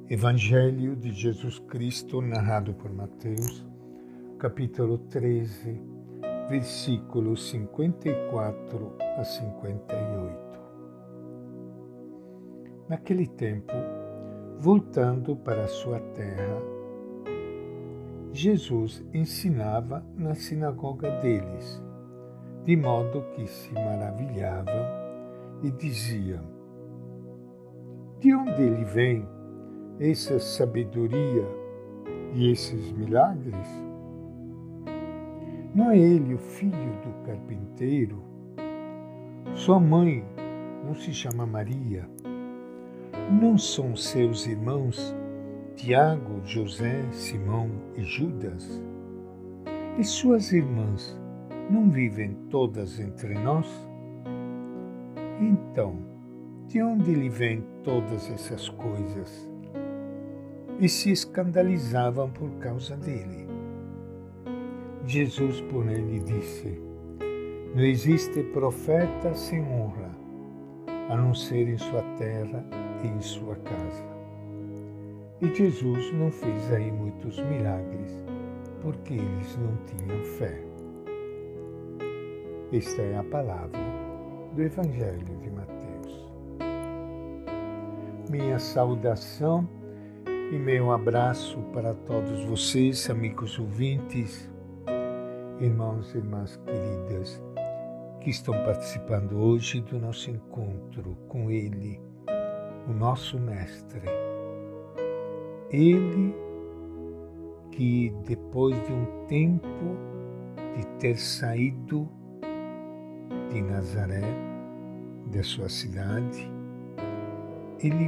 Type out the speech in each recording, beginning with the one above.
Evangelho de Jesus Cristo narrado por Mateus, capítulo 13, versículos 54 a 58. Naquele tempo, voltando para sua terra, Jesus ensinava na sinagoga deles, de modo que se maravilhavam e diziam: de onde ele vem essa sabedoria e esses milagres? Não é ele o filho do carpinteiro? Sua mãe não se chama Maria? Não são seus irmãos Tiago, José, Simão e Judas? E suas irmãs não vivem todas entre nós? Então, de onde lhe vêm todas essas coisas? E se escandalizavam por causa dele. Jesus, porém, lhe disse: não existe profeta sem honra, a não ser em sua terra e em sua casa. E Jesus não fez aí muitos milagres, porque eles não tinham fé. Esta é a palavra do Evangelho de Mateus. Minha saudação e meu abraço para todos vocês, amigos ouvintes, irmãos e irmãs queridas, que estão participando hoje do nosso encontro com Ele, o nosso Mestre. Ele que, depois de um tempo de ter saído de Nazaré, da sua cidade, ele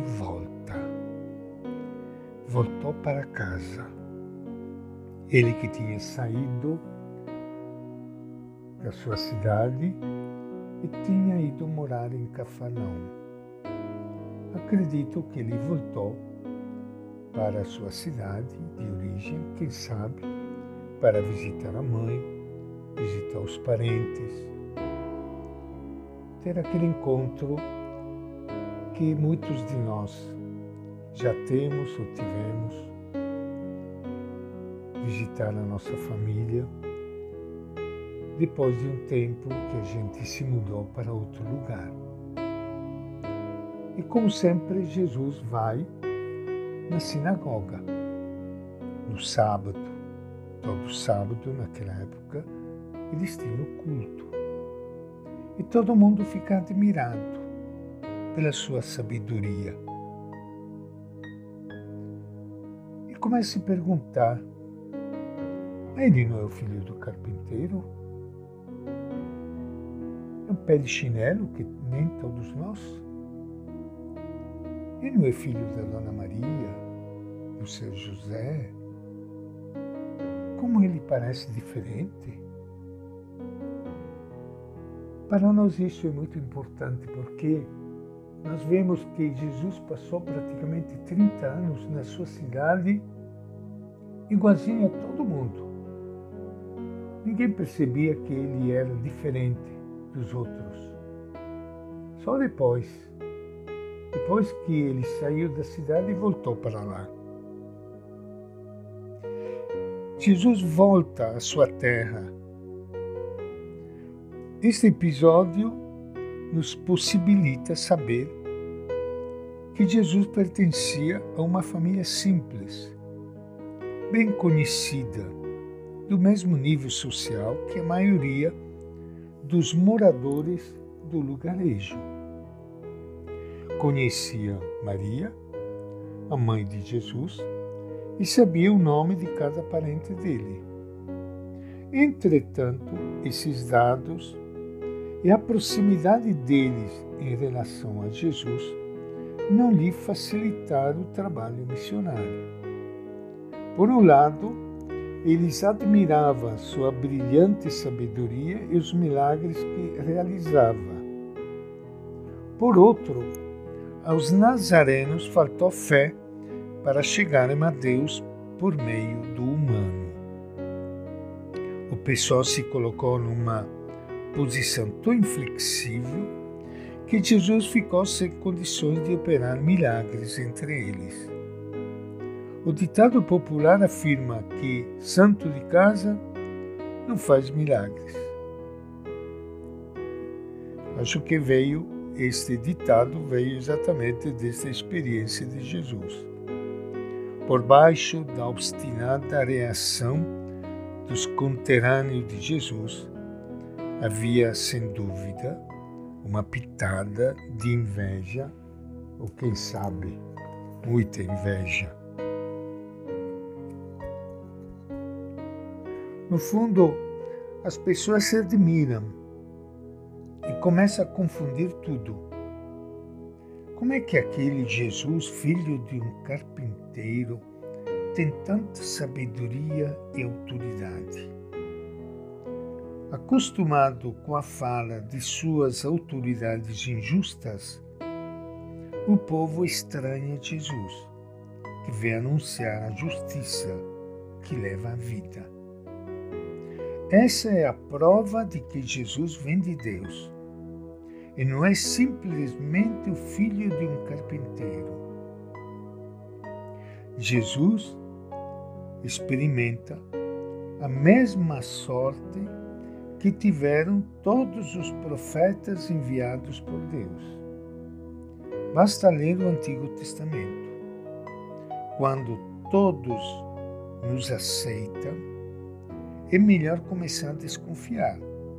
voltou para casa. Ele que tinha saído da sua cidade e tinha ido morar em Cafarnaum. Acredito que ele voltou para a sua cidade de origem, quem sabe, para visitar a mãe, visitar os parentes, ter aquele encontro que muitos de nós já temos ou tivemos, visitar a nossa família, depois de um tempo que a gente se mudou para outro lugar. E como sempre, Jesus vai na sinagoga, no sábado. Todo sábado, naquela época, eles tinham o culto. E todo mundo fica admirado pela sua sabedoria. E começa a se perguntar: ele não é o filho do carpinteiro? É um pé de chinelo que nem todos nós? Ele não é filho da Dona Maria, do seu José? Como ele parece diferente? Para nós isso é muito importante, porque nós vemos que Jesus passou praticamente 30 anos na sua cidade, igualzinho a todo mundo. Ninguém percebia que ele era diferente dos outros. Só depois que ele saiu da cidade e voltou para lá. Jesus volta à sua terra. Este episódio nos possibilita saber que Jesus pertencia a uma família simples, bem conhecida, do mesmo nível social que a maioria dos moradores do lugarejo. Conhecia Maria, a mãe de Jesus, e sabia o nome de cada parente dele. Entretanto, esses dados e a proximidade deles em relação a Jesus não lhe facilitaram o trabalho missionário. Por um lado, eles admiravam sua brilhante sabedoria e os milagres que realizava. Por outro, aos nazarenos faltou fé para chegarem a Deus por meio do humano. O pessoal se colocou numa posição tão inflexível que Jesus ficou sem condições de operar milagres entre eles. O ditado popular afirma que santo de casa não faz milagres. Acho que este ditado veio exatamente desta experiência de Jesus. Por baixo da obstinada reação dos conterrâneos de Jesus, havia, sem dúvida, uma pitada de inveja, ou quem sabe, muita inveja. No fundo, as pessoas se admiram e começam a confundir tudo. Como é que aquele Jesus, filho de um carpinteiro, tem tanta sabedoria e autoridade? Acostumado com a fala de suas autoridades injustas, o povo estranha Jesus, que vem anunciar a justiça que leva à vida. Essa é a prova de que Jesus vem de Deus e não é simplesmente o filho de um carpinteiro. Jesus experimenta a mesma sorte que tiveram todos os profetas enviados por Deus. Basta ler o Antigo Testamento. Quando todos nos aceitam, é melhor começar a desconfiar.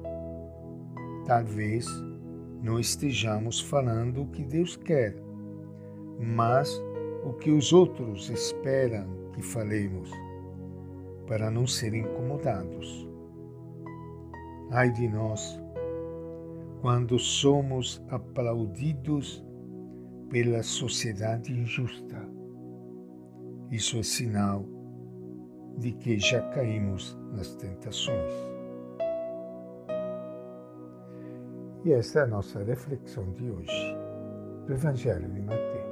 Talvez não estejamos falando o que Deus quer, mas o que os outros esperam que falemos, para não serem incomodados. Ai de nós, quando somos aplaudidos pela sociedade injusta. Isso é sinal de que já caímos nas tentações. E esta é a nossa reflexão de hoje, do Evangelho de Mateus.